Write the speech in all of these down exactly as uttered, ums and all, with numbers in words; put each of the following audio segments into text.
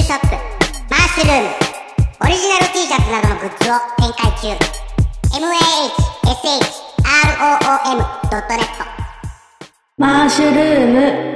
ショップマッシュルームオリジナル T シャツなどのグッズを展開中。 マッシュルーム ドットネット。 マッシュルーム。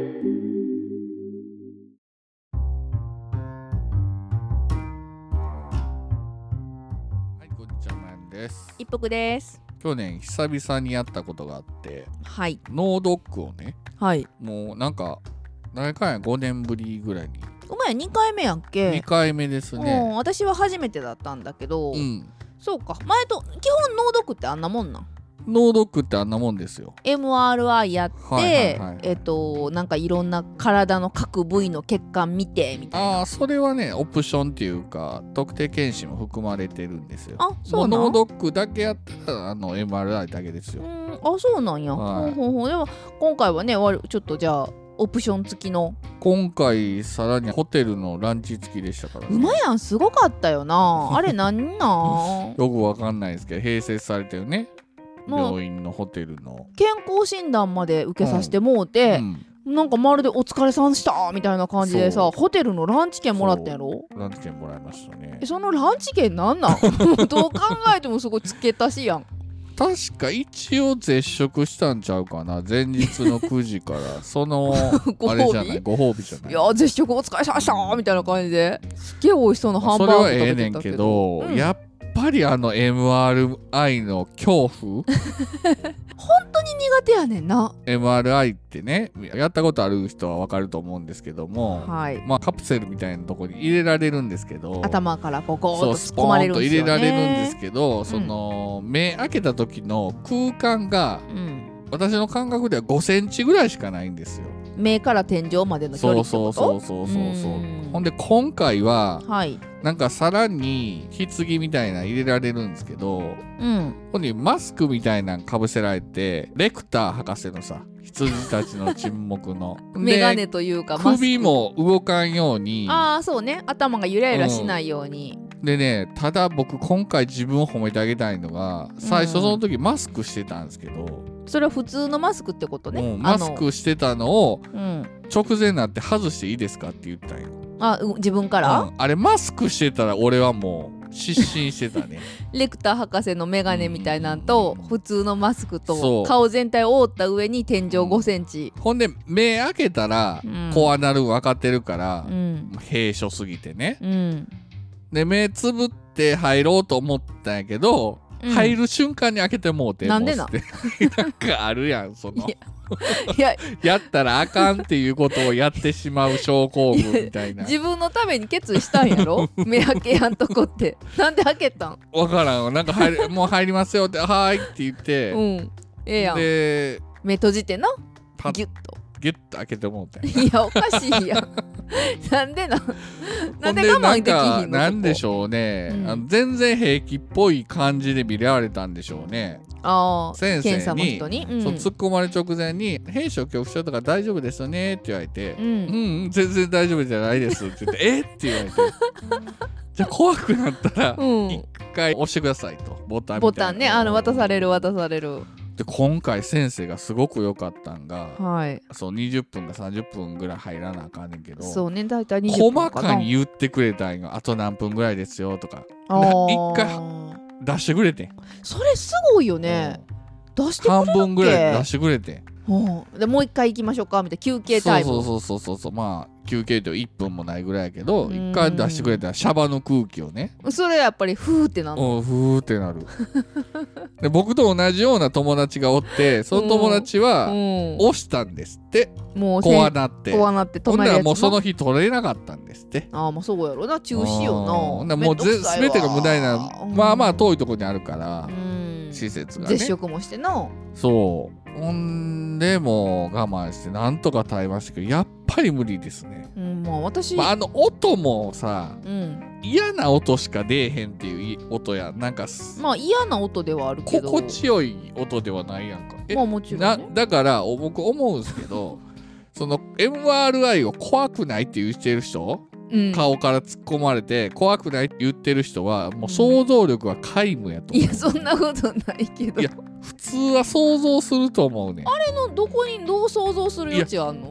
一服です。 去年久々にやったことがあって、 はい、 ノードックをね、 はい、 もうなんか誰かやごねんぶりぐらいに。 お前にかいめやんけ。 にかいめですね。 私は初めてだったんだけど、 うん、 そうか。前と基本ノードックってあんなもんなん。 ノードックってあんなもんですよ。 エムアールアイ やって、 はいはいはい、 えっとなんかいろんな体の各部位の血管見てみたいな。 ああ、それはねオプションっていうか特定健診も含まれてるんですよ。 あ、そうなん。 ノードックだけやったらあの エムアールアイ だけですよ。 うん、あ、そうなんや、 はい、 ほうほうほう。でも今回はね、ちょっとじゃあオプション付きの。 今回さらにホテルのランチ付きでしたから、ね、 うまやん、すごかったよな。あれ何なんよくわかんないですけど併設されてるね病院のホテルの健康診断まで受けさせてもうて、うんうん、なんかまるでお疲れさんしたみたいな感じでさ、ホテルのランチ券もらったんやろ。 ランチ券もらいましたね。 え、そのランチ券なんなんどう考えてもすごい付け足しやん。 確か一応絶食したんちゃうかな、前日のくじからそのあれじゃない、ご褒美じゃない。 いや絶食お疲れさまでしたみたいな感じですっげえ美味しそうなハンバーグとか食べてたけど、それはええねんけど、うん、やっぱりあの エムアールアイ の恐怖本当に苦手やねんな。 エムアールアイ ってね、やったことある人は分かると思うんですけども、 はい、 まあカプセルみたいなとこに入れられるんですけど、 頭からここーっと突っ込まれるんですよね。 そうスポーンと入れられるんですけど、うん、その目開けた時の空間が、うん、私の感覚ではごセンチぐらいしかないんですよ。 目から天井までの距離ってこと。 そうそうそうそうそう。ほんで今回は、 はい、 なんかさらに棺みたいな入れられるんですけど、うん、ここにマスクみたいなのかぶせられて、レクター博士のさ、羊たちの沈黙のメガネというかマスク、首も動かんように、 ああそうね、頭がゆらゆらしないように、 うん、でね、ただ僕今回自分を褒めてあげたいのが、最初その時マスクしてたんですけど、うん、 それは普通のマスクってことね、 うん、マスクしてたのを、うん、直前になって外していいですかって言ったんよ。 あ、自分から、うん、 あれマスクしてたら俺はもう失神してたねレクター博士のメガネみたいなんと、うん、普通のマスクと顔全体を覆った上に天井ごセンチ、 うん、ほんで目開けたら、うん、こうなる分かってるから、うん、閉所すぎてね、うん、で目つぶって入ろうと思ったんやけど、うん、入る瞬間に開けてもうて、 なんでななんかあるやんそのいややったらあかんっていうことをやってしまう症候群みたいな。 自分のために決意したんやろ目開けやんとこって。なんで開けたん。 分からん。なんか入るもう入りますよってはーいって言って、 うん、ええやん。で目閉じてな、ギュッとギュッと開けてもうて。 いやおかしいやんなんでななんで我慢できひんの。 なんでしょうね、うん、あの全然平気っぽい感じで見られたんでしょうね。 あ先生に、 人に、うん、 そう突っ込まれ直前に「閉所恐怖症とか大丈夫ですよね」って言われて「うん、うん、全然大丈夫じゃないです」って言って「えっ?」って言われてじゃあ怖くなったら一回押してくださいと、ボタンみたいなボタンね、あの渡される渡される。 で今回先生がすごく良かったんが、はい、そうにじゅっぷんかさんじゅっぷんぐらい入らなあかんねんけど、 そうね、だいたいにじゅっぷんかな。 細かに言ってくれたんよ。あと何分ぐらいですよとか一回出してくれてん。 それすごいよね、出してくれるっけ。 半分ぐらい出してくれてん。でもう一回行きましょうかみたいな休憩タイム。 そうそうそうそうそう、まあ休憩っていっぷんもないぐらいやけど、一回出してくれたらシャバの空気をね、 それやっぱりフーってなる。 うん、フーってなるで僕と同じような友達がおって、その友達は押したんですって、もうこうなってこうなって止まるやつ。 ほんならもうその日取れなかったんですって。 ああ、もうそうやろな、中止よな。 もうぜ全てが無駄になる。まあまあ遠いところにあるから、施設がね、 絶食もしてな。 そうほんでもう我慢してなんとか耐えましたけど、やっぱり無理ですね。 うん、まあ私、 まあ、あの音もさ、うん、嫌な音しか出えへんっていう音や、なんかまあ嫌な音ではあるけど心地よい音ではないやんか。 まあもちろん、ね、 なだから僕思うんですけどその エムアールアイ を怖くないって言ってる人、うん、顔から突っ込まれて怖くないって言ってる人はもう想像力は皆無やと思う、 うん、いやそんなことないけど、 いや普通は想像すると思うね。 あれのどこにどう想像する余地あんの。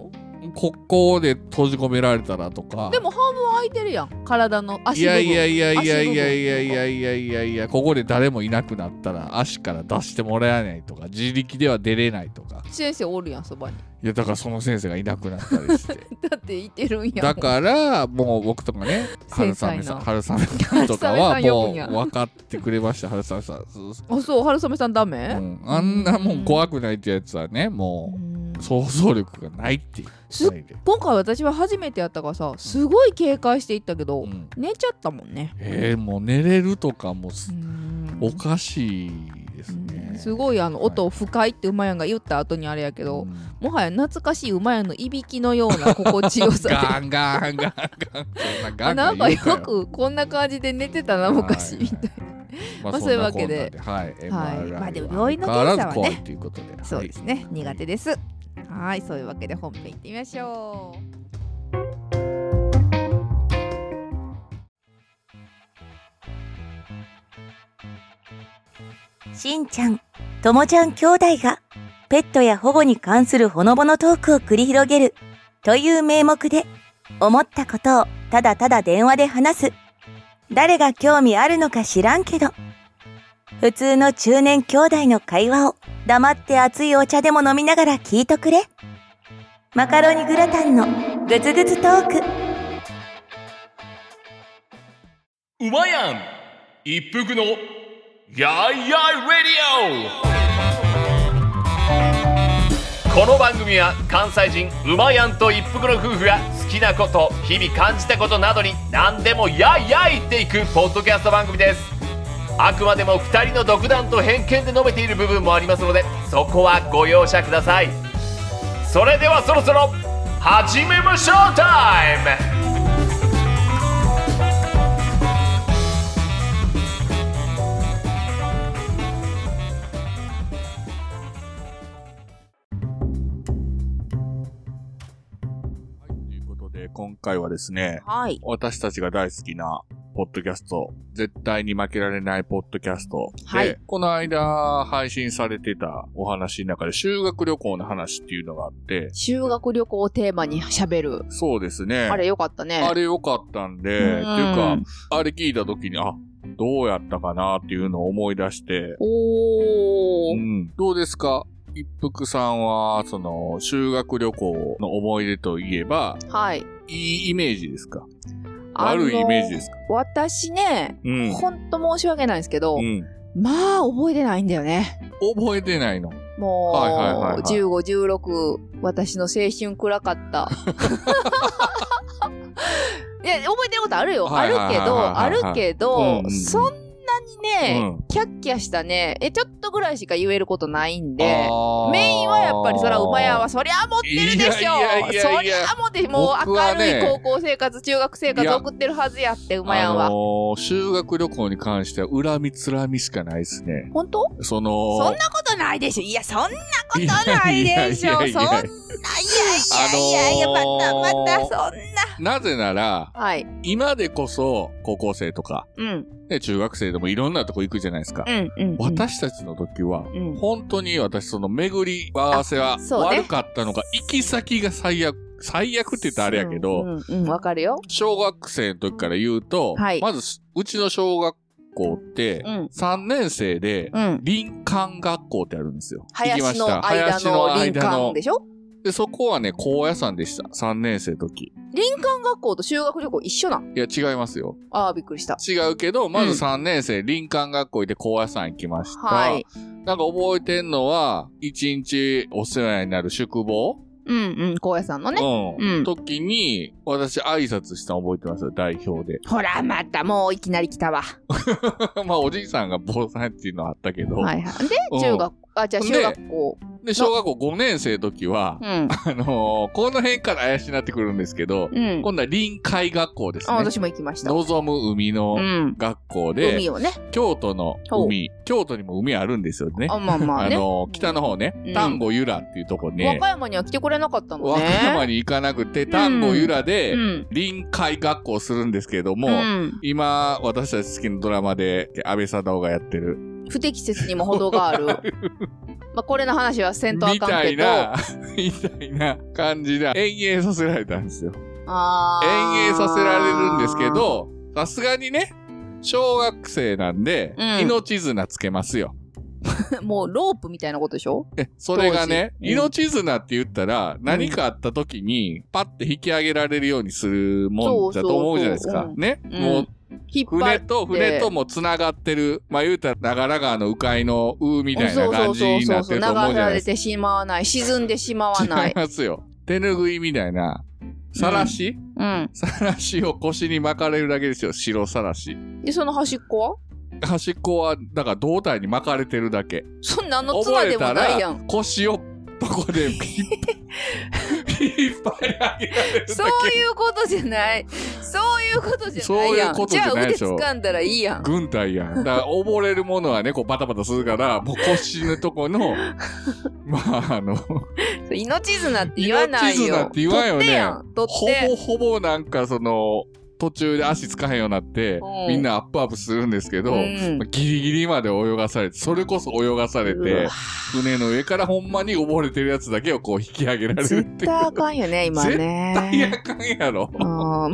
ここで閉じ込められたらとか。 でも半分空いてるやん、体の足部分。 いやいやいやいやいやいやいやいやいやいや、ここで誰もいなくなったら足から出してもらえないとか、自力では出れないとか。 先生おるやんそばに。 いやだからその先生がいなくなったりしてだっていてるんやだからもう僕とかね、春雨さん春雨さんとかはもう分かってくれました。春雨さん。 あ、そう春雨さんダメ、 うん、あんなもん怖くないってやつはね、もう想像力がないっていう。 今回私は初めてやったからさ、すごい警戒していったけど、うん、寝ちゃったもんね。 えー、もう寝れるとかもおかしいですね。 すごいあの音深いって馬やんが言った後にあれやけど、うん、もはや懐かしい馬やんのいびきのような心地よさでガンガンガンガンガンなんかよくこんな感じで寝てたな昔みたいな。まあそういうわけで、 はい、 はい、まあでも病院の検査はね、 ということで、 そうですね、苦手です。はい、そういうわけで本編行ってみましょう。しんちゃん、ともちゃん兄弟がペットや保護に関するほのぼのトークを繰り広げるという名目で、思ったことをただただ電話で話す。誰が興味あるのか知らんけど、普通の中年兄弟の会話を黙って熱いお茶でも飲みながら聞いとくれ。マカロニグラタンのグツグツトーク。 うまやん一服のやいやいレディオ。この番組は関西人うまやんと一服の夫婦が好きなこと、日々感じたことなどに何でもやいやい言っていくポッドキャスト番組です。あくまでもふたりの独断と偏見で述べている部分もありますので、そこはご容赦ください。それではそろそろ始めましょうタイム。 今回はですね、 はい、 私たちが大好きなポッドキャスト、絶対に負けられないポッドキャストで、はい、この間配信されてたお話の中で修学旅行の話っていうのがあって、 修学旅行をテーマに喋る。 そうですね。 あれよかったね。 あれよかったんで、っていうか、あれ聞いた時に、あ、どうやったかなっていうのを思い出して、 おー。 うん、どうですか？一服さんは、その、修学旅行の思い出といえば、 はい。 いいイメージですか？悪いイメージですか？ 私ね、うん、ほんと申し訳ないんですけど、うん、まあ、覚えてないんだよね。 覚えてないの？ もう、はいはいはいはい、じゅうご、じゅうろく、私の青春暗かった。いや、覚えてることあるよ。あるけど、あるけど、うん、そんなにね、うん、キャッキャしたね、え、ちょっとぐらいしか言えることないんで、メインはやっぱりそら馬屋はそりゃ持ってるでしょ。いやいやいやいや、そりゃもでもう明るい高校生活、中学生活送ってるはずやって、馬屋は。 あのー、修学旅行に関しては恨みつらみしかないですね。 本当？ そのそんなことないでしょ。いや、そんなことないでしょ。そんな、いやいやいやいや、またまたそんな。 なぜなら、 はい、 今でこそ高校生とか、 うん、 で中学生でもいろんなとこ行くじゃないですか。 うんうんうん、 私たちの時は、うん、本当に私その巡り合わせは悪かったのか、ね、行き先が最悪、最悪って言ったらあれやけど、 うんうんうん、わかるよ。 小学生の時から言うと、はい、まずうちの小学校って、うん、さんねん生で、うん、林間学校ってあるんですよ。 林の間の林間でしょ？ で、そこはね、高野山でした。さんねん生の時。 林間学校と修学旅行一緒なん？ いや、違いますよ。 ああ、びっくりした。 違うけど、まずさんねん生、うん、林間学校行って高野山行きました。はい。なんか覚えてんのは、一日お世話になる宿坊？ うんうん、高野山のね。 うん。うん、時に、私挨拶したの覚えてますよ、代表で。 ほら、またもういきなり来たわ。 まあ、おじいさんが坊さんっていうのはあったけど。 はいはい。で、中学、うん、あ、じゃあ中学校。 で、小学校ごねん生の時は、うん、あのー、この辺から怪しになってくるんですけど、うん、今度は臨海学校ですね。 あ、私も行きました。 望む海の学校で、 うん、海をね。 京都の海、京都にも海あるんですよね。 あ、まあまあね。 あのー、北の方ね、丹後由良っていうとこね、 和歌山には来てくれなかったのね。 和歌山に行かなくて、丹後由良で、臨海学校するんですけども、うん、今、私たち好きなドラマで、安倍貞夫がやってる。 不適切にも程がある。 まあ、これの話はせんとあかんけど。 みたいな、みたいな感じで遠泳させられたんですよ。 あ遠泳させられるんですけど、さすがにね、小学生なんで、うん、命綱つけますよ。 もうロープみたいなことでしょ？ え、それがね、うん、命綱って言ったら、何かあった時に、パッて引き上げられるようにするもんだと思うじゃないですか。そうそうそうね、うん、もう、船と船とも繋がってる。まあ言うたら長良川の鵜飼の鵜みたいな感じになってると思うじゃないですか。 流されてしまわない。沈んでしまわない。 違いますよ。手ぬぐいみたいな。さらし、うん、さらしを腰に巻かれるだけですよ。白さらし。 で、その端っこは端っこは、だから胴体に巻かれてるだけ。 そんなあの綱でもないやん。 腰をとこで引っ張り上げられるだけ。 そういうことじゃない。そういうことじゃないやん。 そういうことじゃないでしょ。 じゃあ腕掴んだらいいやん。 軍隊やん。だから溺れるものはね、こうバタバタするから、もう腰のとこの、まああの、 命綱って言わないよ。 命綱って言わんよね。 取ってほぼほぼなんかその、途中で足つかへんようになって、うん、みんなアップアップするんですけど、うん、ギリギリまで泳がされて、それこそ泳がされて、船の上からほんまに溺れてるやつだけをこう引き上げられるっていう。 絶対あかんよね、今ね。 絶対あかんやろ。 うん、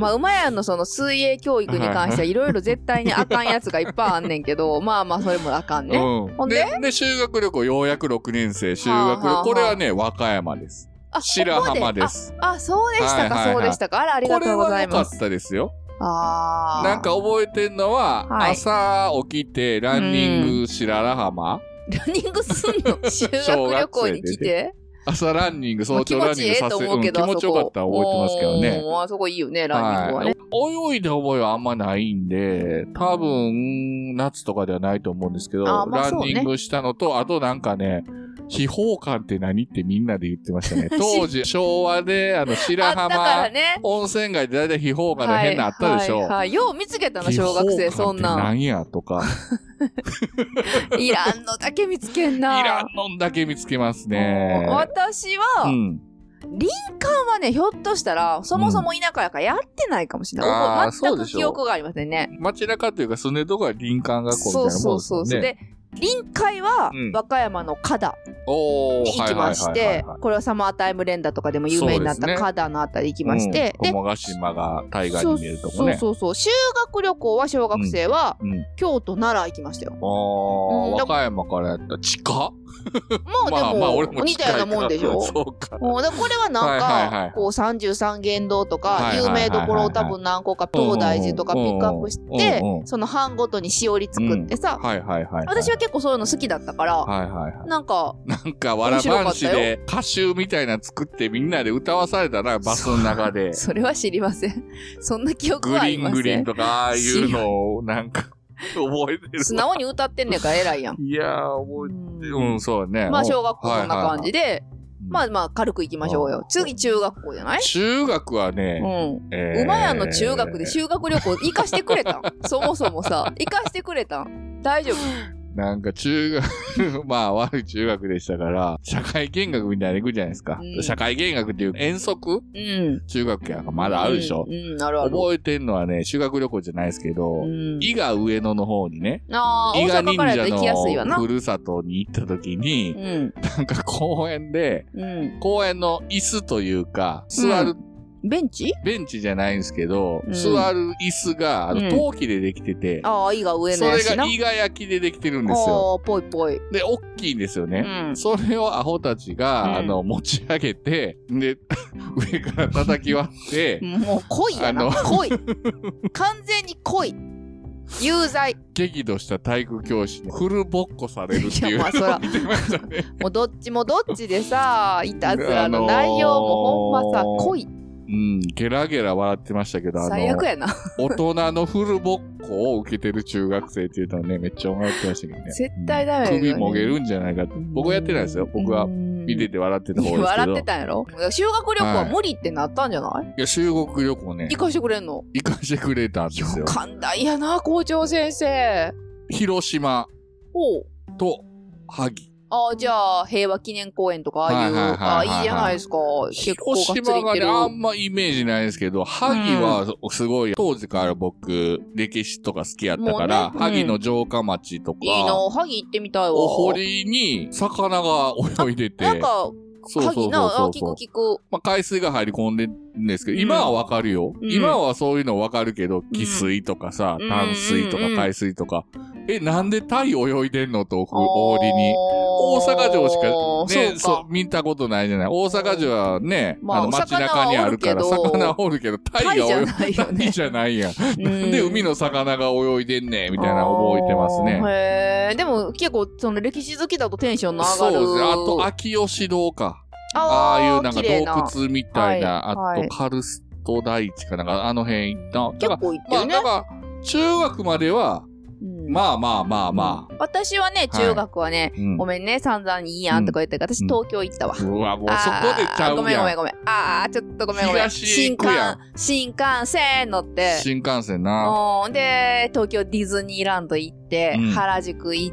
まあ、馬やんのその水泳教育に関してはいろいろ絶対にあかんやつがいっぱいあんねんけど、まあまあそれもあかんね。うん、ほんでで、で、修学旅行、ようやくろくねん生、修学旅行、これはね、和歌山です。白浜です。 あ、あ、そうでしたか、はいはいはい、そうでしたか。あら、ありがとうございます。 これは良かったですよ。 あなんか覚えてんのは、はい、朝起きてランニング白良浜、 うん、ランニングすんの修学旅行に来て朝ランニング、早朝ランニングさせて、うん、気持ちよかったら覚えてますけどね。 あそこいいよね、ランニングはね。 はい、泳いだ覚えはあんまないんで、多分、夏とかではないと思うんですけど、まあね、ランニングしたのと、あとなんかね、秘宝館って何ってみんなで言ってましたね。当時、昭和で、あの、白浜、ね、温泉街でだいたい秘宝館で変なあったでしょ。 はいはいはい、よう見つけたの、小学生、そんな。 何やとか。 いらんのだけ見つけんな。 いらんのだけ見つけますね。 私は、うん、林間はね、ひょっとしたら、そもそも田舎やからやってないかもしれない。うん、全く記憶がありませんね。 街中というか、住んでるとこは林間学校みたいなもんですね。そうそうそう。で臨海は、和歌山の加田に行きまして、これはサマータイム連打とかでも有名になった加田のあたり行きまして、 で、鴨ヶ島が大河に見えるとこね。 そうそうそう。修学旅行は小学生は、京都、奈良行きましたよ。 ああ、和歌山からやったら近っもうでも、似たようなもんでしょ。 そうか。 これはなんか、こうさんじゅうさんげん堂とか、有名どころを多分何個か、東大寺とかピックアップして、その班ごとにしおり作ってさ、私は結構そういうの好きだったから、なんか、 なんか、わらばんしで歌集みたいな作ってみんなで歌わされたな、バスの中で。 それは知りません。そんな記憶はありません。 グリーングリーンとか、ああいうのを、なんか、覚えてる。 素直に歌ってんねんから偉いやん。 いやー、覚えてる。うん、そうね。 まあ、小学校そんな感じで、まあまあ、軽く行きましょうよ。次、中学校じゃない？ 中学はね、 うん。馬屋の中学で修学旅行行かしてくれたん？そもそもさ、行かしてくれたん？大丈夫？ なんか中学、まあ悪い中学でしたから、社会見学みたいに行くじゃないですか。うん、社会見学っていう遠足、うん、中学やからまだあるでしょ。うんうん、あるある。覚えてんのはね、修学旅行じゃないですけど、うん、伊賀上野の方にね、 あ伊賀忍者のふるさとに行った時に、うん、なんか公園で、うん、公園の椅子というか、座る、うんベンチベンチじゃないんですけど、うん、座る椅子が、あの、陶器でできてて、 うん、ああ、伊賀上野やしな。 それが伊賀焼きでできてるんですよ。 ああ、ぽいぽい。 で、大きいんですよね。うん、それをアホたちが、うん、あの、持ち上げて、で、上から叩き割って、 もう濃いやな。濃い。完全に濃い。有罪。 激怒した体育教師にフルボッコされるっていう。いや、まあ、そら、ね、 もうどっちもどっちでさ、いたずらの内容もほんまさ、濃い。 うん、ゲラゲラ笑ってましたけど、あの、 最悪やな。 大人のフルボッコを受けてる中学生っていうのはね、めっちゃ笑ってましたけどね。 絶対ダメだよ、ね。 首もげるんじゃないかって。僕はやってないですよ。僕は見てて笑ってた方ですけど。 笑ってたんやろ？修学旅行は無理ってなったんじゃない？はい、 いや、修学旅行ね。 行かしてくれんの？ 行かしてくれたんですよ。 寛大やな、校長先生。 広島と萩。 ああ、じゃあ、平和記念公園とか、ああいう、ああ、いいじゃないですか。結構広島がね、あんまイメージないですけど、萩はすごい、当時から僕、歴史とか好きやったから、萩の城下町とか、 いいな、萩行ってみたいわ。 お堀に魚が泳いでて、 なんか、 そうそうそうそう。 あ、聞く聞く。 まあ、海水が入り込んでるんですけど、今はわかるよ。今はそういうのわかるけど、汽水とかさ、淡水とか海水とか、え、なんでタイ泳いでんのと、お堀に。大阪城しかね、そう、見たことないじゃない。大阪城はね、あの街中にあるから、魚おるけど、タイが泳いでタイじゃないやん。なんで海の魚が泳いでんねんみたいな覚えてますね。 へー。でも結構、その歴史好きだとテンションの上がる。 そうですね。あと、秋吉堂か。ああいうなんか洞窟みたいな、あとカルスト大地かなんか、あの辺行った。 結構行ってるね。 まあ、だから、中学までは、まあまあまあまあ。 私はね、中学はね、ごめんね、散々にいいやんとか言ったけど、私東京行ったわ。 うわ、もうそこでちゃうやん。 ごめんごめんごめん。ああ、ちょっとごめんごめん。新幹、新幹線乗って。 新幹線な。 で、東京ディズニーランド行って、原宿行って、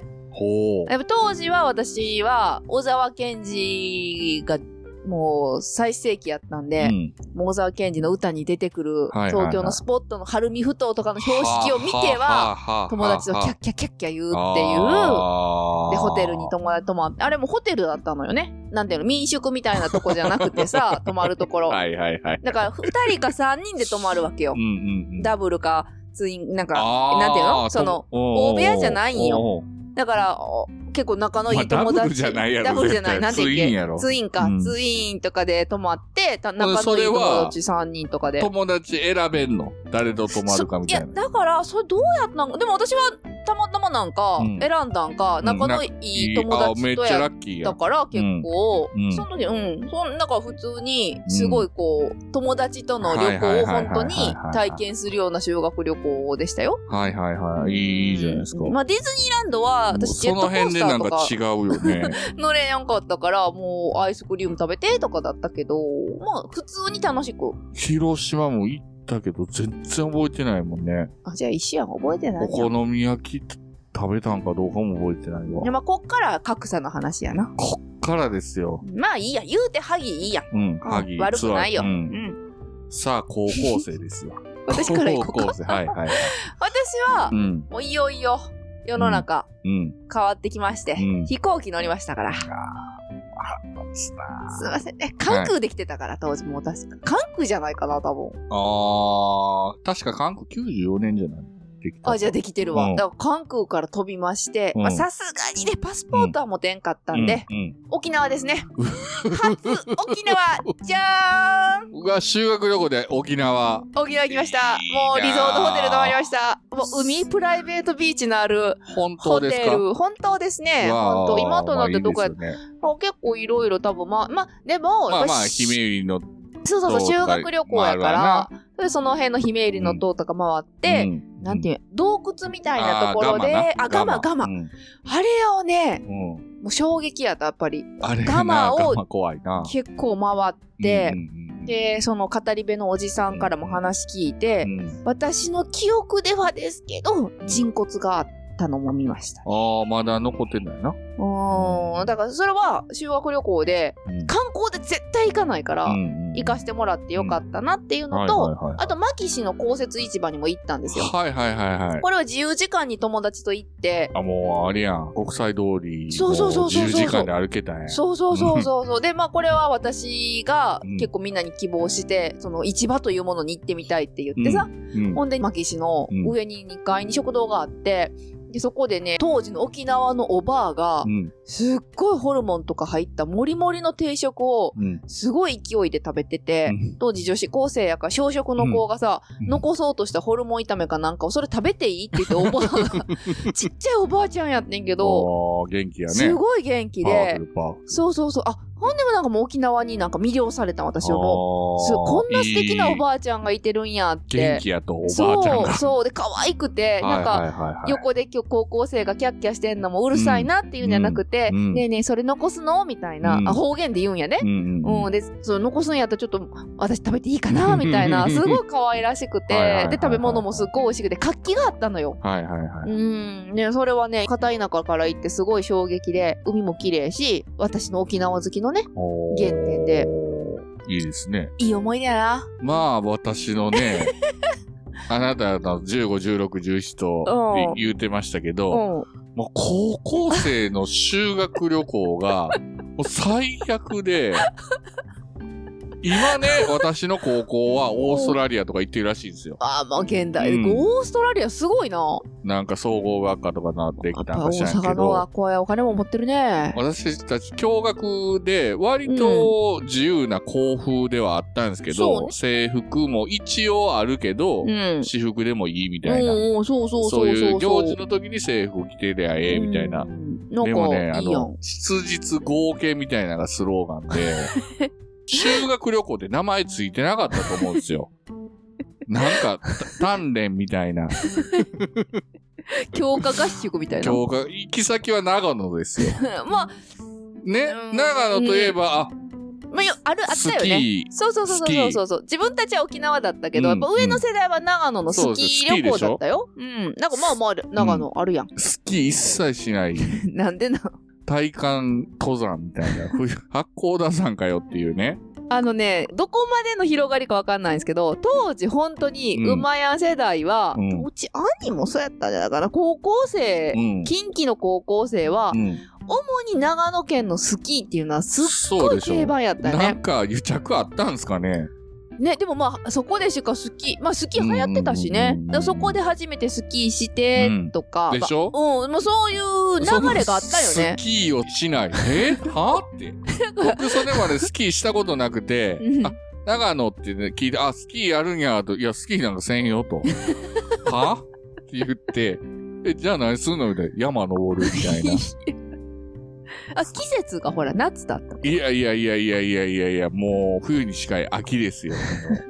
やっぱ当時は私は小沢健二がもう最盛期やったんで、うん、もう小沢健二の歌に出てくる東京のスポットの晴海ふ頭とかの標識を見ては友達とキャッキャキャッキャ言うっていうでホテルに友達泊まってあれもホテルだったのよねなんていうの民宿みたいなとこじゃなくてさ泊まるところはいはい、はい、だからふたりかさんにんで泊まるわけよ、うんうんうん、ダブルかツインなんかなんていうのその大部屋じゃないんよだから結構仲のいい友達、まあ、ダブルじゃないやろダブルじゃないなんて言っけツインか、うん、ツインとかで泊まって仲のいい友達さんにんとかで友達選べんの誰と泊まるかみたいな。 いやだからそれどうやったんかでも私はたまたまなんか選んだんか、うん、仲のいい友達とやったから結構、うん、その時うんそんなんか普通にすごいこう、うん、友達との旅行を本当に体験するような修学旅行でしたよ。 はいはいはいいいじゃないですか。 まあディズニーランドは私ジェットコースターとかその辺でなんか違うよね乗れなかったからもうアイスクリーム食べてとかだったけどまあ普通に楽しく広島も行ったけど全然覚えてないもんね。 あじゃあ石やん覚えてないお好み焼き食べたんかどうかも覚えてないわ。 いやまあこっから格差の話やな。 こっからですよ。 まあいいや言うて萩いいやん。 うん萩、うん、 悪くないよ、うんうん、 さあ高校生ですよ私から行こうか高校生はいはい、はい、 私は、うん、もういよいよ世の中、うん、変わってきまして、うん、飛行機乗りましたから。すいませんね。関空できてたから、はい、当時も確か。関空じゃないかな、多分。 あー、確か関空きゅうじゅうよねんじゃないできた。 あ、じゃあできてるわ。うん、だから関空から飛びまして、さすがにね、パスポートは持てんかったんで、うんうん、沖縄ですね。初沖縄、じゃーんうわ、修学旅行で沖縄。 沖縄来ました。もうリゾートホテル泊まりました。もう海、プライベートビーチのある本当ですか？ ホテル。本当ですね。本当今となってどこや、まあいいですよね、結構いろいろ多分、まあ、まあ、でも、 まあまあ、ひめゆりの、 そうそうそう、修学旅行やから、それその辺のひめゆりの塔とか回って、うん、なんていう、洞窟みたいなところで、あ、ガマ、ガマ。あれをね、うん、もう衝撃やった、やっぱり。 あれガマを結構回って、うん、で、その語り部のおじさんからも話聞いて、うん、私の記憶ではですけど、人骨があったのも見ました。 ああ、まだ残ってんだよな。 うん。だからそれは修学旅行で、うん、観光で絶対行かないから、うん、行かしてもらってよかったなっていうのと、あと牧師の公設市場にも行ったんですよ。 はいはいはいはい。 これは自由時間に友達と行って、 あ、もうあれやん。国際通り。 そうそうそうそう。 自由時間で歩けたんや。 そうそうそうそうそう。で、まあこれは私が結構みんなに希望して、その市場というものに行ってみたいって言ってさ、うんうん、ほんで牧師の上ににかいに食堂があって、でそこでね当時の沖縄のおばあが、うん、すっごいホルモンとか入ったもりもりの定食を、うん、すごい勢いで食べてて、うん、当時女子高生やから小食の子がさ、うん、残そうとしたホルモン炒めかなんかをそれ食べていいって言っておばあがちっちゃいおばあちゃんやってんけど元気やねすごい元気でそうそうそうあほんでもなんかもう沖縄になんか魅了された私はもう、すこんな素敵なおばあちゃんがいてるんやって。 元気やとおばあちゃんが。 そう、そう。で、可愛くて、なんか、横で今日高校生がキャッキャしてんのもうるさいなっていうんじゃなくて、うんうん、ねえねえ、それ残すのみたいな、うん、あ、方言で言うんやね。うん、うん。で、それ残すんやったらちょっと私食べていいかなみたいな、すごい可愛らしくて、で、食べ物もすっごい美味しくて、活気があったのよ。はいはいはい。うん。ね、それはね、片田舎から行ってすごい衝撃で、海も綺麗し、私の沖縄好きのね、原点で。 いいですね。 いい思い出やな。 まあ、私のね、あなたのじゅうご、じゅうろく、じゅうななと言うてましたけど、もう高校生の修学旅行が、もう最悪で、今ね、私の高校はオーストラリアとか行ってるらしいんですよ。 ああ、まあ現代、うん、オーストラリアすごいな。 なんか総合学科とかなってきたんか知らんけど。 大阪の学校やお金も持ってるね。 私たち共学で割と自由な校風ではあったんですけど、うんね、制服も一応あるけど、うん、私服でもいいみたいな。うん、そうそうそうそう。そういう行事の時に制服着てりゃええみたいな。うん、なんかでもね、あの、質実合計みたいなのがスローガンで、修学旅行で名前ついてなかったと思うんですよ。なんか、鍛錬みたいな。 強化合宿みたいな。 強化、行き先は長野ですよ。 まあ、 ね、長野といえば、あ、 まあ、ある、あったよね。そうそうそうそうそうそう。自分たちは沖縄だったけど、うん、やっぱ上の世代は長野のスキー旅行だったよ。うん。なんかまあまあ、長野あるやん。うん、 スキー一切しない。 なんでな。 体感登山みたいな。八甲田山かよっていうね。 あのね、どこまでの広がりかわかんないんですけど、当時本当に馬屋世代は、うん、うち兄もそうやったんじゃないかな、高校生、うん、近畿の高校生は、うん、主に長野県のスキーっていうのはすっごい定番やったよね。 なんか癒着あったんすかね。 ね、でもまあ、そこでしかスキー、まあスキー流行ってたしね。だからそこで初めてスキーして、とか。 うん、でしょ、 まあ、うん、もうそういう流れがあったよね。 スキーをしない。えはって。僕それまでスキーしたことなくて、あ、長野ってね、聞いて、あ、スキーやるんやと、いや、スキーなんかせんよと。はって言って、え、じゃあ何すんのみたいな。山登るみたいな。 あ、季節がほら、夏だった。 いやいやいやいやいやいやいや、もう冬に近い秋ですよ。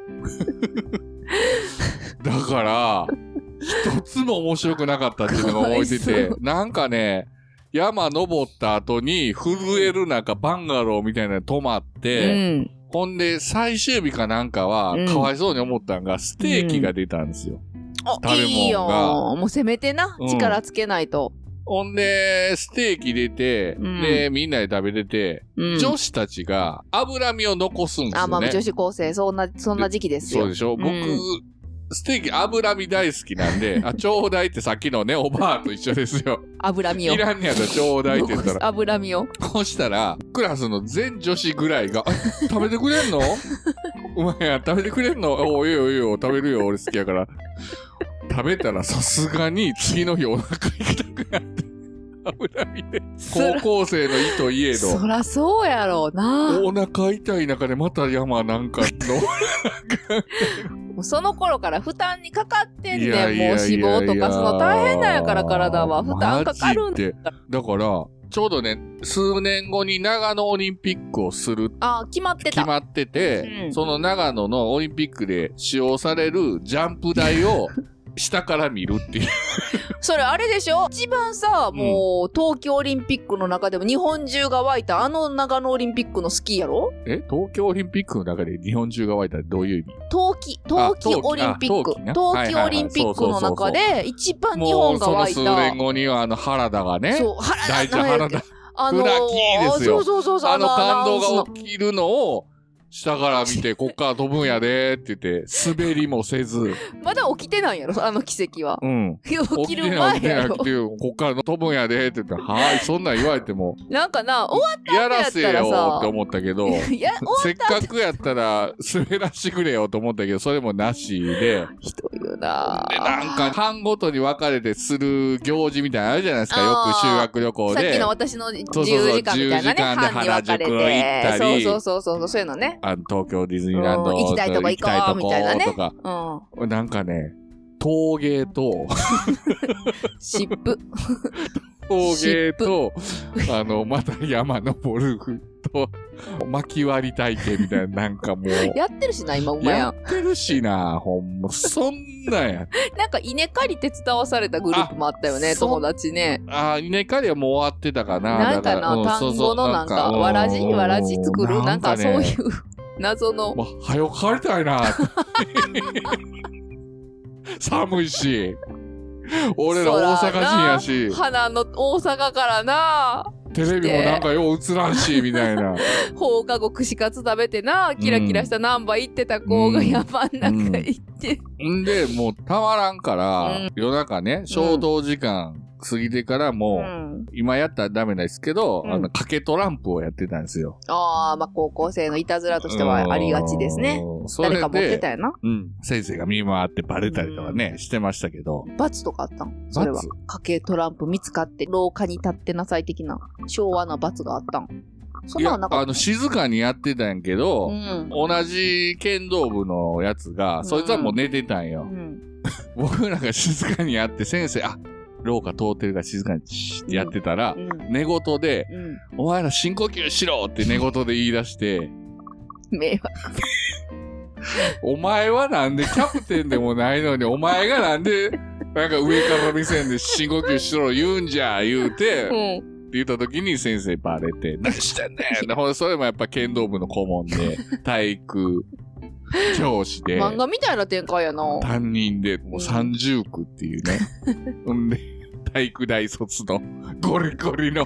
だから、一つも面白くなかったっていうのが覚えてて、なんかね、山登った後に震える中バンガローみたいなの泊まって、うん、ほんで最終日かなんかは、うん、かわいそうに思ったんがステーキが出たんですよ。 うん、食べ物が。いいよ。もうせめてな、力つけないと。 うんほんで、ステーキ出て、うん、で、みんなで食べてて、うん、女子たちが脂身を残すんですよね。あ、 まあ女子高生、そんな、そんな時期ですよ。 そうでしょ、うん、僕、ステーキ脂身大好きなんで、あ、ちょうだいってさっきのね、おばあと一緒ですよ。 脂身を。 いらんねやったらちょうだいって言ったら。 脂身を。 こうしたら、クラスの全女子ぐらいが、食べてくれんのお前や、食べてくれんのおいいよいいよ、食べるよ、俺好きやから。食べたらさすがに次の日お腹痛くなって。脂身で。高校生の意といえど。 そらそうやろうな。 お腹痛い中でまた山なんかの。もうその頃から負担にかかってんねん。もう脂肪とかその大変なんやから体は。負担かかるんだ。 だから、ちょうどね、数年後に長野オリンピックをする。 あ、決まってた。 決まってて、うん、その長野のオリンピックで使用されるジャンプ台を下から見るっていう。 それあれでしょ一番さ、もう、冬季オリンピックの中でも日本中が湧いたあの長野オリンピックのスキーやろえ東京オリンピックの中で日本中が湧いたらどういう意味冬季、冬季オリンピック。冬季オリンピックの中で一番日本が湧いた。 もうその数年後にはあの原田がね。 そう、原田。 大ちゃん原田。 あのー、 船木ですよ。 そうそうそう。 あの感動が起きるのを、下から見て、こっから飛ぶんやでって言って、滑りもせず。 まだ起きてないやろあの奇跡は。 うん。 起きる前やろ起きてない、こっから飛ぶんやでって言って、はい、そんなん言われても。 なんかな、終わったやったらさ。 やらせよって思ったけど、せっかくやったら滑らしてくれよと思ったけど、それもなしで。 ひどいよなで、なんか、班ごとに分かれてする行事みたいなのあるじゃないですか、よく修学旅行で。 さっきの私の自由時間みたいなね。そうそうそう、じゅうじかんで原宿行ったり。そうそうそうそう、そういうのね。 あの東京ディズニーランド行きたいとこ行こうみたいなね。 とか、うん、なんかね、陶芸と湿布陶芸とあのまた山登ると、巻き割り体験みたいな、なんかもう。 やってるしな、今、馬やん。 やってるしな、ほんま、そんなんや。 なんか稲刈り手伝わされたグループもあったよね、友達ね。 ああ、稲刈りはもう終わってたかな。 なんかな、うん、単語のなんか、わらじわらじ作るなんかそういう謎の。 ま、早く刈りたいな。寒いし。俺ら大阪人やし。 花の大阪からな。 テレビもなんかよう映らんし、みたいな。 放課後串カツ食べてな、キラキラしたナンバー行ってた子が山ん中行って。 うん、んで、もうたまらんから、うん、夜中ね、消灯時間過ぎてからもう、うん、今やったらダメですけど、うん、あの、掛けトランプをやってたんですよ。 ああ、まあ、高校生のいたずらとしてはありがちですね。誰か持ってたよな。 うん。先生が見回ってバレたりとかね、うん、してましたけど。 罰とかあったんそれは。掛けトランプ見つかって廊下に立ってなさい的な昭和な罰があったんそんなのなかった。 いや、あの、静かにやってたんやけど、うん、同じ剣道部のやつが、そいつはもう寝てたんよ。うん、僕なんか静かにやって、先生、あ、廊下通ってるから静かにチーってやってたら、うん、寝言で、うん、お前ら深呼吸しろって寝言で言い出して、 迷惑。 お前はなんでキャプテンでもないのに、お前がなんで、なんか上から目線で深呼吸しろ言うんじゃ、言うて、うんって言った時に先生バレて、何してんねんほんでそれもやっぱ剣道部の顧問で、体育教師で。 漫画みたいな展開やな。 担任で、もう三重苦っていうね。ほ、うん、で、体育大卒のゴリゴリの。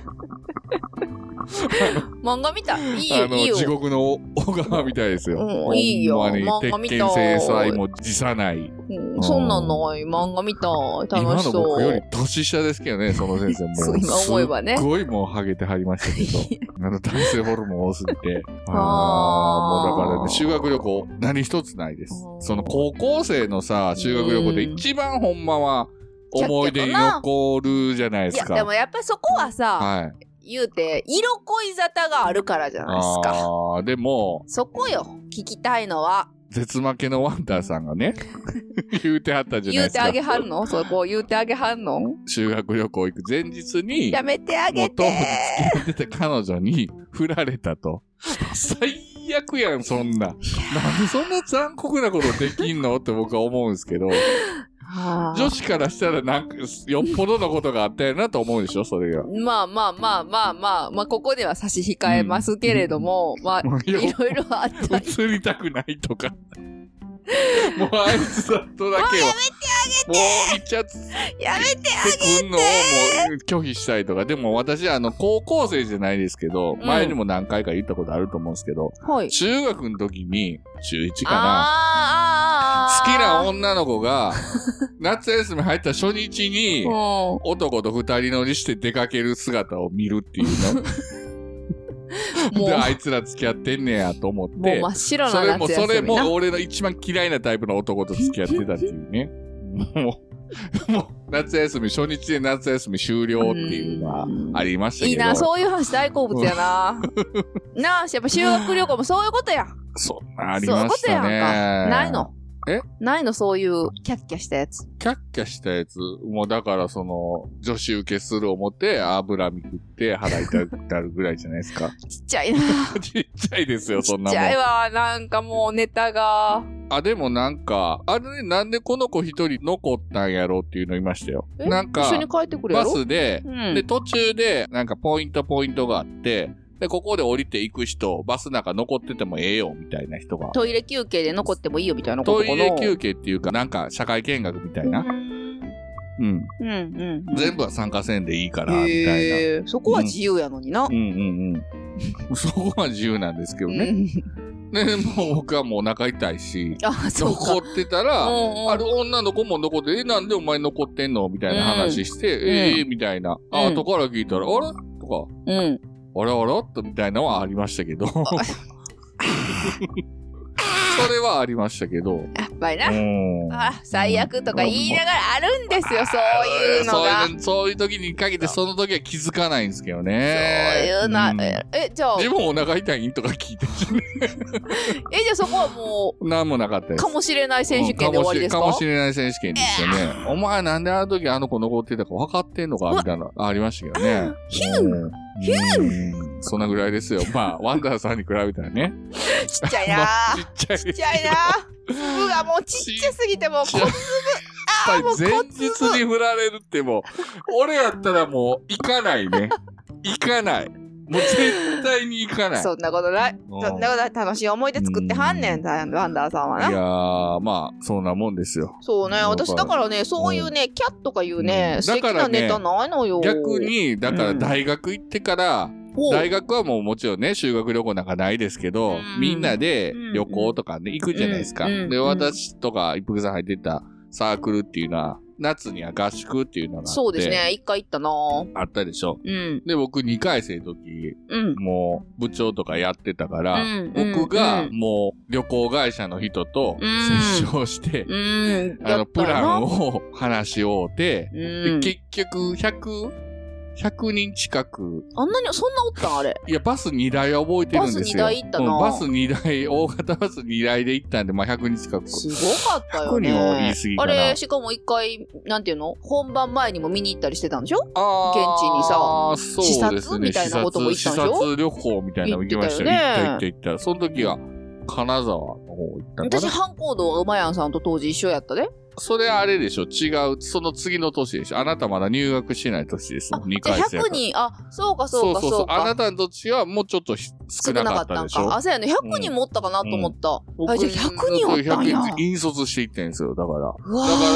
漫画みたい。いいよ、 あの、 いいよ。 地獄の小川みたいですよ。 うん、いいよ。 漫画みたい。鉄拳制裁も辞さない。 うん、そんなんない。漫画みたい。楽しそう。 今の僕より年下ですけどね、その先生も。 そう、今思えばね。 すっごいもうハゲてはりましたけど。あの、男性ホルモン多すぎて。ああ、もうだからね、修学旅行、何一つないです。その高校生のさ、修学旅行で一番ほんまは思い出に残るじゃないですか。 いや、でもやっぱりそこはさ、 はい。 言うて、色恋沙汰があるからじゃないですか。 ああ、でも。 そこよ、聞きたいのは。 絶負けのワンダーさんがね、言うてはったじゃないですか。 言うてあげはんのそこ言うてあげはんの修学旅行行く前日に、 やめてあげて。 もう当時付き合ってた彼女に振られたと。最悪やん、そんな。なんでそんな残酷なことできんのって僕は思うんですけど。女子からしたらなんか、よっぽどのことがあったよなと思うでしょ、それが。 まあまあまあまあまあ、まあここでは差し控えますけれども、うん、まあ、いろいろあった。 映りたくないとか。もうあいつだとだけは。もうやめてあげて。 もういっちゃって。 やめてあげて。くんのをもう拒否したいとか。でも私あの高校生じゃないですけど、うん、前にも何回か言ったことあると思うんですけど、はい、中学の時に、中いちかな。好きな女の子が、夏休み入った初日に、男と二人乗りして出かける姿を見るっていうの。で、あいつら付き合ってんねやと思って。もう真っ白な夏休みな。 それも、それも俺の一番嫌いなタイプの男と付き合ってたっていうね。もう、もう、夏休み、初日で夏休み終了っていうのはありましたけど。 いいな、そういう話大好物やな。なあ、やっぱ修学旅行もそういうことや。 そんなありましたね。そういうことやんか。 ないのえないのそういうキャッキャしたやつ。 キャッキャしたやつもうだからその、女子受けする思って油見食って腹痛くなるぐらいじゃないですか。 ちっちゃいな。 ちっちゃいですよ、そんなもん。 ちっちゃいわ、なんかもうネタが。 あ、でもなんか、あれね、なんでこの子一人残ったんやろっていうのいましたよ。なんか、 一緒に帰ってくるやろバスで、うん、で、途中でなんかポイントポイントがあって、で、ここで降りていく人、バスなんか残っててもええよ、みたいな人が。 トイレ休憩で残ってもいいよ、みたいなことかな。 トイレ休憩っていうか、なんか社会見学みたいな。うん。うん。うん、うん。全部は参加せんでいいから、みたいな。 そこは自由やのにな。 うん、うん、うん。そこは自由なんですけどね。ね、もう僕はもうお腹痛いし、 あ、そうか。 残ってたら、うんうん、ある女の子も残って、え、なんでお前残ってんのみたいな話して、うん、ええー、みたいな。うん、あ、後から聞いたら、あれとか。うん。あらあらっとみたいなのはありましたけど。それはありましたけど。 やっぱりな。あ、最悪とか言いながらあるんですよ、そういうのが。 そういう、そういう時に限ってその時は気づかないんですけどね。 そういうな、うん、え、じゃあ。 自分お腹痛いんとか聞いてるえ、じゃあそこはもう。 なんもなかったです。 かもしれない選手権で終わりですか、 うん、かもしれない選手権ですよね。えー、お前なんであの時あの子残ってたか分かってんのかみたいな、ありましたけどね。 ヒューヒューそんなぐらいですよ。まあ、ワンダーさんに比べたらね。 ちっちゃいなちっちゃい。 ちっちゃいな粒がもうちっちゃすぎてもう小粒。 ああ、もう前日に振られるってもう、俺やったらもう行かないね。行かない。もう絶対に行かない。 そんなことない。そんなことない。楽しい思い出作ってはんねん、ワンダーさんはな。 いやー、まあ、そんなもんですよ。 そうね。私だからね、そういうね、キャッとかいうね、素敵なネタないのよ。 逆に、だから大学行ってから、大学はもうもちろんね、修学旅行なんかないですけど、みんなで旅行とかね、行くじゃないですか。で、私とか一服さん入ってたサークルっていうのは、夏には合宿っていうのがあって。 そうですね。一回行ったなあったでしょ。 うん。 で、僕にかい生の時、うん、もう部長とかやってたから、うん、僕がもう旅行会社の人と折衝して、うん、あの、プランを話し合うて、うん、で結局ひゃく、ひゃくにん近く。 あんなに、そんなおったんあれ。 いや、バスにだいは覚えてるんですよ。 バスにだい行ったな、 うん、バスにだい、大型バスにだいで行ったんで、まあひゃくにん近く。 すごかったよね。 ひゃくにんも言い過ぎかな。 あれ、しかも一回、なんていうの本番前にも見に行ったりしてたんでしょあ現地にさ。 ああ、そうですね。視察みたいなことも行ったんでしょ視察旅行みたいなの行きましたよ。行った行った行った。その時は、金沢の方行った私、反行動は馬やんさんと当時一緒やったで。 それあれでしょ違う。その次の年でしょあなたまだ入学してない年です。にかい生。 じゃあひゃくにん、あ、そうかそうかそうか。そうそうそう。 あなたの年はもうちょっと少なかったでしょ少なかったんか。 あ、そうやね。ひゃくにんもおったかなと思った。うん、あ、じゃあひゃくにんおったんや。 引率していってんですよ。だから。だから、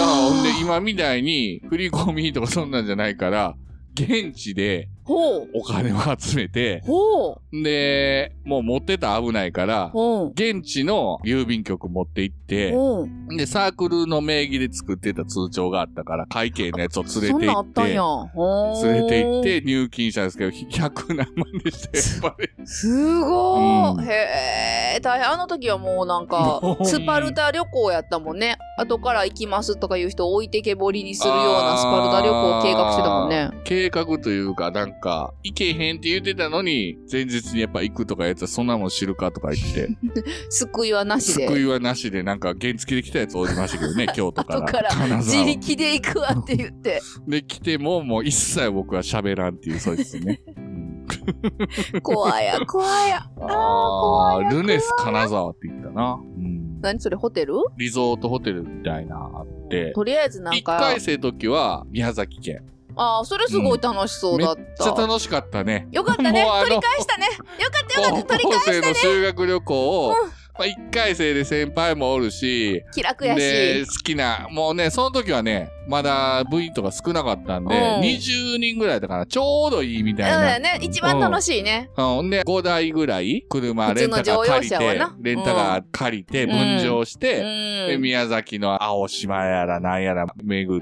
ほんで今みたいに振り込みとかそんなんじゃないから、現地で、お金を集めて、で、もう持ってたら危ないから、現地の郵便局持って行って、で、サークルの名義で作ってた通帳があったから、会計のやつを連れて行って、連れて行って入金したんですけど、ひゃくなんまんでしたよ、やっぱり。 すごー、うん、へー、大変。あの時はもうなんか、スパルタ旅行やったもんね。後から行きますとかいう人を置いてけぼりにするようなスパルタ旅行を計画してたもんね。 計画というか、なんか、か、行けへんって言ってたのに、前日にやっぱ行くとかやつはそんなもん知るかとか言って。 救いはなしで。 救いはなしで、なんか原付で来たやつおりましたけどね、京都から。 後から自力で行くわって言って。 で、来てももう一切僕は喋らんっていう、そうですね。 怖や、怖や。 ああ、ルネス金沢って言ったな。うん、 何それ、ホテル？ リゾートホテルみたいなあって。 とりあえずなんか。 一回生の時は宮崎県。 ああ、それすごい楽しそうだった。うん、 めっちゃ楽しかったね。 よかったね。取り返したね。よかったよかった。取り返したね。 高校生の修学旅行を、うん、まあ、一回生で先輩もおるし、 気楽やし。 で、好きな、もうね、その時はね、まだ部員とか少なかったんで、うん、にじゅうにんぐらいだから、ちょうどいいみたいな。 そうだよね。一番楽しいね。 うん。で、ごだいぐらい、車、レンタカー借りて、レンタカー借りて、分乗して、うん、で、宮崎の青島やらなんやら巡って、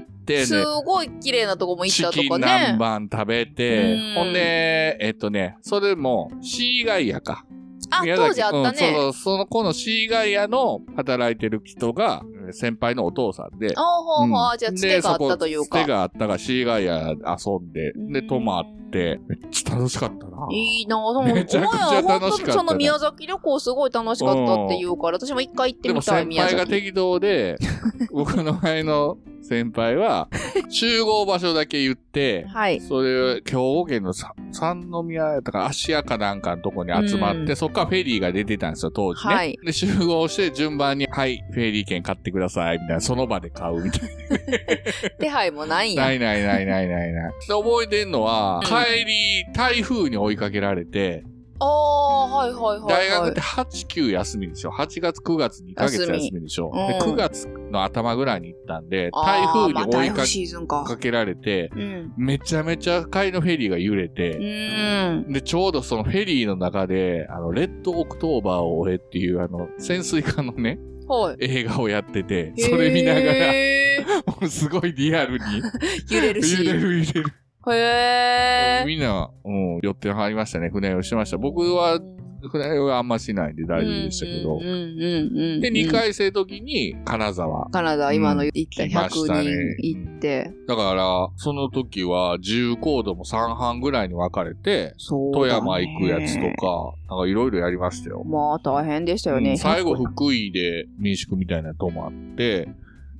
すごい綺麗なとこも行ったとかね。 チキン南蛮食べて、ほんで、えっとね、それも、シーガイアか。 あ、当時あったね。 うん、そ, その子のシーガイアの働いてる人が先輩のお父さんで。 あほうほう、うん、じゃあつてがあったというか。 つてがあったがシーガイア遊んで、で、泊まって、めっちゃ楽しかったな。 いいなぁ。めちゃくちゃ楽しかった。その宮崎旅行すごい楽しかったっていうから、私も一回行ってみたい、 宮崎。でも先輩が適当で、僕の前の先輩は、集合場所だけ言って、はい。それ、兵庫県の三宮やったか、芦屋かなんかのとこに集まって、うん、そっからフェリーが出てたんですよ、当時ね。はい。で、集合して順番に、はい、フェリー券買ってください、みたいな、その場で買うみたいな。 手配もないんや。 ないないないないないない。で、覚えてんのは、うん、帰り、台風に追いかけられて、 ああ、はいはいはい、はい。 大学ってはち、きゅう休みでしょ。はちがつ、くがつにかげつ休みでしょ。うん、で、くがつの頭ぐらいに行ったんで、台風に追いかけ、まあ、かけられて、うん、めちゃめちゃ帰りのフェリーが揺れて、うん、で、ちょうどそのフェリーの中で、あの、レッドオクトーバーを追えっていう、あの、潜水艦のね、はい、映画をやってて、それ見ながら、もうすごいリアルに。 揺れるし。 揺れる揺れる。 へー。 みんな、うん、寄ってはりましたね。船酔いしてました。僕は、船酔いはあんましないんで大丈夫でしたけど。で、にかい生の時に、金沢。 金沢、今の言ったひゃくにん行って。 だから、その時は、重コードもさん班ぐらいに分かれて、富山行くやつとか、なんかいろいろやりましたよ。 まあ、大変でしたよね。 うん、最後、福井で民宿みたいなともあって、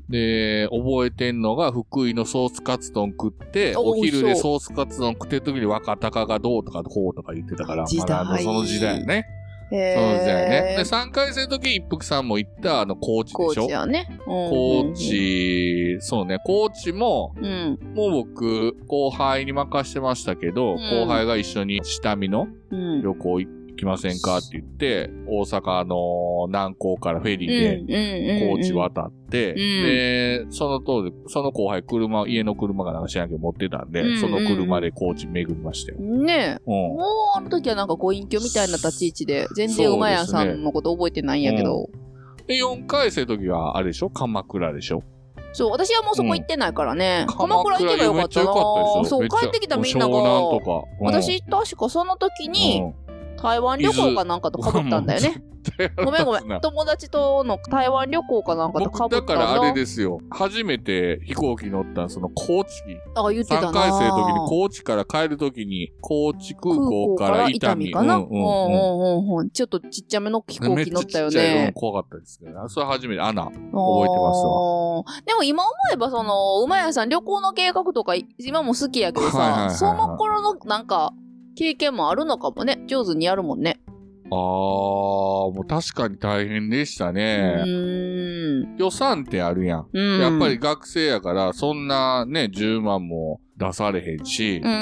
で、覚えてんのが、福井のソースカツ丼食って、お昼でソースカツ丼食ってる時に若鷹がどうとかこうとか言ってたから、 時代まだその時代ね。 へー。 その時代ね。で、さんかい生の時、一服さんも行った、あの、高知でしょ？ 高知やね。 高知、そうね、高知も、 うん、 もう僕、後輩に任してましたけど、うん、後輩が一緒に下見の旅行行きませんかって言って、大阪の南港からフェリーで高知渡って、で、その当時、その後輩車、家の車がなんか知らんけど持ってたんで、うんうんうん、その車で高知巡りましたよ。 ねえ、うん。もうあの時はなんかご隠居みたいな立ち位置で、全然馬屋さんのこと覚えてないんやけど。 で、ね、うん、よんかい生の時はあれでしょ？鎌倉でしょ？ そう、私はもうそこ行ってないからね。うん、鎌倉行けばよかったな。そう、帰ってきたみんなが、 とかうん、 私確かその時に、うん、台湾旅行かなんかと被ったんだよね。ごめんごめん。友達との台湾旅行かなんかと被ったんだ。 僕だからあれですよ。初めて飛行機乗ったその高知。 あ、言ってたな。 さんかい生の時に高知から帰る時に高知空港から伊丹かな。うんうんうん。ちょっとちっちゃめの飛行機乗ったよね。めっちゃちっちゃい、 怖かったですけどね。それ初めてアナ覚えてますわ。 でも今思えばその馬屋さん旅行の計画とか今も好きやけどさ、はいはいはいはい、その頃のなんか経験もあるのかもね。上手にやるもんね。 あー、もう確かに大変でしたね。うーん、予算ってあるやん。うん、やっぱり学生やから、そんなね、じゅうまんも出されへんし、うん、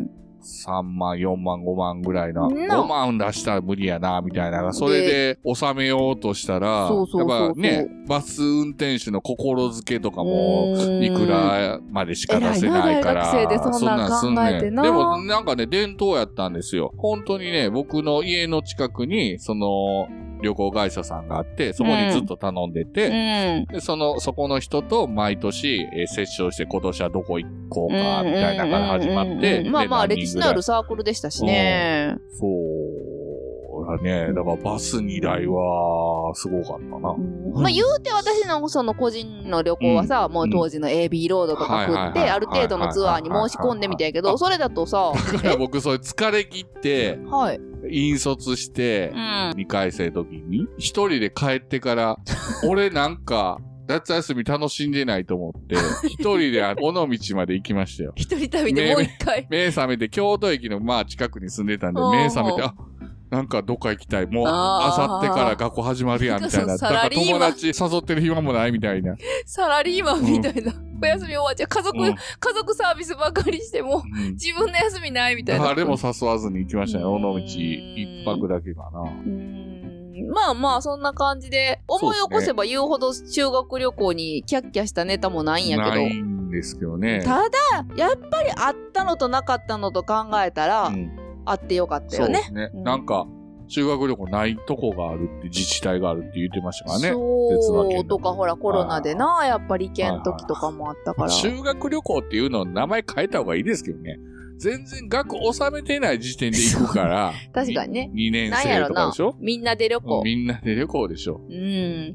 さんまん、よんまん、ごまんぐらいな。ごまん出したら無理やな、みたいな。それで収めようとしたら、そうそうそうそう、やっぱね、バス運転手の心づけとかも、いくらまでしか出せないから。 大学生でそんなん考えてな。 でもなんかね、伝統やったんですよ。本当にね、僕の家の近くに、その、旅行会社さんがあって、そこにずっと頼んでて、うん、で、その、そこの人と毎年、えー、折衝して今年はどこ行こうか、みたいなから始まって、 まあまあ、歴史のあるサークルでしたしね。 うん、そうだね。だからバスにだいは、すごかったな。うん、 まあ言うて私のその個人の旅行はさ、うん、もう当時の エービー ロードとか食って、ある程度のツアーに申し込んでみたいけど、それだとさ、 だから僕それ疲れ切って、はい。引率して、にかい生の時に、一人で帰ってから、俺なんか、夏休み楽しんでないと思って、一人で尾道まで行きましたよ。 一人旅でもう一回。 目覚めて、京都駅のまあ近くに住んでたんで、目覚めて、あ、なんかどっか行きたい。もう、あさってから学校始まるやん、みたいな。だから友達誘ってる暇もないみたいな。 サラリーマンみたいな。うん、お休み終わっちゃう。家族、うん、家族サービスばかりしても、うん、自分の休みないみたいな。 誰も誘わずに行きましたね。尾道一泊だけかな。 まあまあ、そんな感じで、思い起こせば言うほど修学旅行にキャッキャしたネタもないんやけど。 ないんですけどね。 ただ、やっぱりあったのとなかったのと考えたら、うん、あってよかったよね。 そうですね。うん、なんか、修学旅行ないとこがあるって自治体があるって言ってましたからね。 そうとかほらコロナでな、やっぱり行けん時とかもあったから。 修学旅行っていうの名前変えた方がいいですけどね。全然額納めてない時点で行くから。 確かにね。 にねん生とかでしょ？ みんなで旅行。 みんなで旅行でしょ。 うん。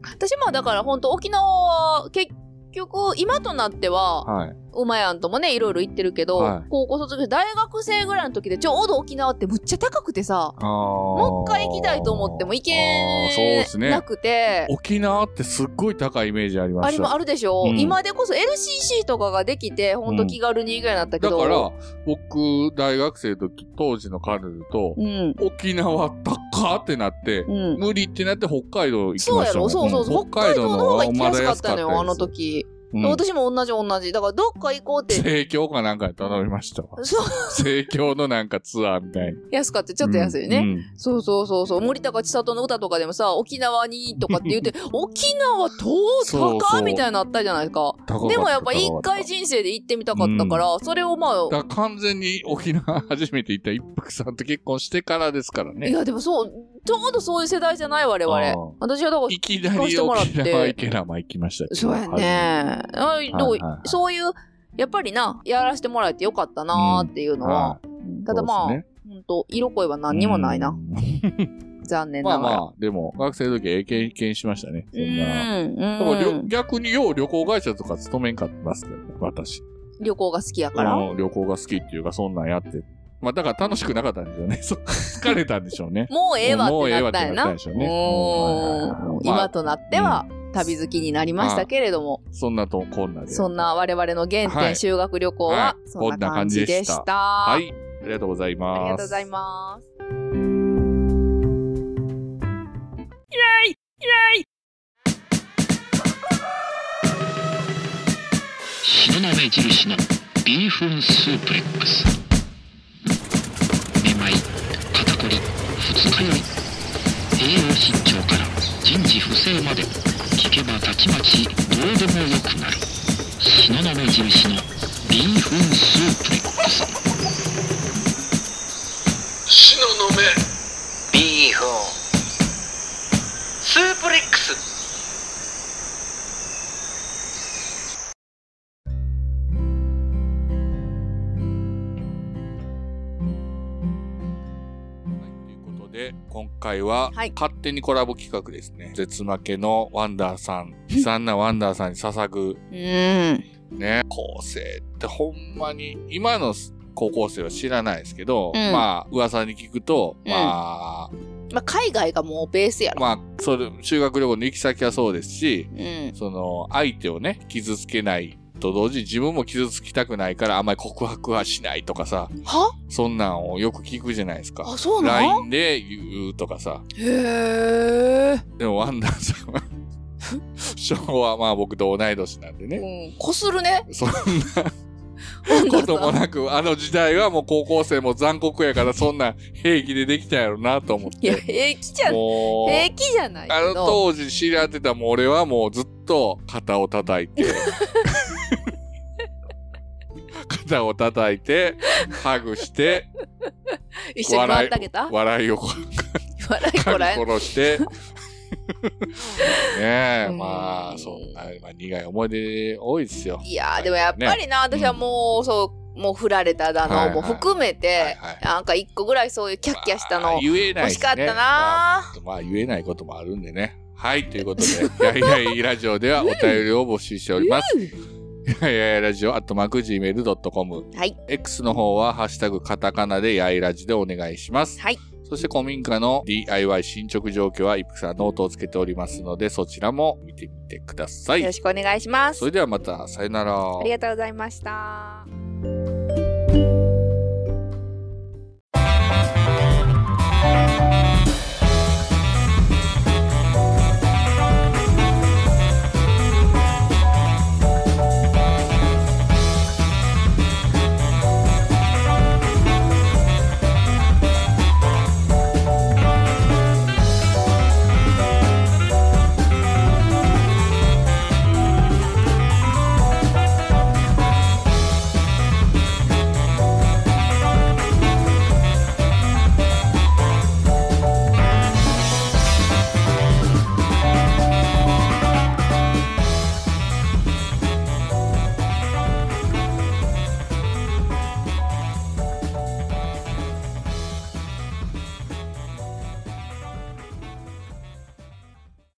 私もだから本当沖縄は結局今となっては、はい、馬やんともねいろいろ行ってるけど、はい、高校卒業大学生ぐらいの時でちょうど沖縄ってむっちゃ高くてさ、もう一回行きたいと思っても行けなくて、ね、 沖縄ってすっごい高いイメージありました。 ありもあるでしょ、うん、今でこそ エルシーシー とかができてほんと気軽に行くようになったけど、 うん、だから僕大学生の時当時の彼女と、うん、沖縄高ってなって、うん、無理ってなって北海道行きましたもん。 そうやろ、そうそうそう、うん、北海道の方が行きやすかったのよあの時。うん、私も同じ同じ。だからどっか行こうって。 生協かなんかで頼みましたわ。そう。生協のなんかツアーみたいな。 安かってちょっと安いね。うんうん、そうそうそうそう。森高千里の歌とかでもさ、沖縄にとかって言って、沖縄遠高みたいなのあったじゃないですか。でもやっぱ一回人生で行ってみたかったから、うん、それをまあ。 だから完全に沖縄初めて行った一服さんと結婚してからですからね。 いやでもそう、ちょうどそういう世代じゃない我々。私はだから、 いきなり沖縄行けらま行きましたけど。 そうやね。はいはいはいはい、そういうやっぱりなやらせてもらえてよかったなーっていうのは、うん、ただまあ、ね、ほんと色恋は何にもないな。残念ながら。 まあまあでも学生の時は経験しましたね。そんな。うんうん、逆によう旅行会社とか勤めんかってますけど、ね、私。 旅行が好きやから。 うん、旅行が好きっていうかそんなんやって。まあだから楽しくなかったんでしょうね。疲れたんでしょうね。 もうええわってなったんやな。もうええわってなったんでしょうね。今となっては、 うん旅好きになりましたけれども。 そんなとこんなで。 そんな我々の原点、はい、修学旅行は、そんな感じでした。 はい。ありがとうございます。 ありがとうございます。 イェイイェイ東雲印のビーフンスープレックス。めまい、肩こり、二日酔い、栄養失調から人事不正まで聞けばたちまちどうでもよくなる東雲印のビーフンスープレックス。 東雲ビーフンスープレックス。 今回は、はい、勝手にコラボ企画ですね。絶負けのワンダーさん、悲惨なワンダーさんに捧ぐ。 うん。 ね、高生ってほんまに、今の高校生は知らないですけど、うん、まあ、噂に聞くと、うん、まあ、 まあ、海外がもうベースやろ。 まあ、それ、修学旅行の行き先はそうですし、うん、その、相手をね、傷つけないと同時に自分も傷つきたくないからあんまり告白はしないとかさ。 は？ そんなんをよく聞くじゃないですか。 あ、そうなの？ ライン で言うとかさ。 へー。 でもワンダーさんは、昭和はまあ僕と同い年なんでね。 うん。こするね。 そんなこともなく、あの時代はもう高校生も残酷やからそんな平気でできたやろなと思って。 いや、平気じゃ、平気じゃないけど。 あの当時知り合ってたもう俺はもうずっと肩を叩いて、肩を叩いて、ハグして、 一緒に回ってあげた？ 笑いを笑いこらえ殺して、ねえ、まあ、そんな、まあ、苦い思い出多いですよ。 いやー、でもやっぱりな、私はもう、そう、もう振られただのも含めて、なんか一個ぐらいそういうキャッキャしたの欲しかったな。 まあ、言えないこともあるんでね。はい、ということで、やいやいラジオではお便りを募集しております。やいやいラジオアットマーク ジーメールドットコム。 はい。 X の方はハッシュタグカタカナでやいラジでお願いします。 はい。 そして古民家の ディーアイワイ 進捗状況はイプサノートをつけておりますので、そちらも見てみてください。 よろしくお願いします。 それではまた、さよなら。 ありがとうございました。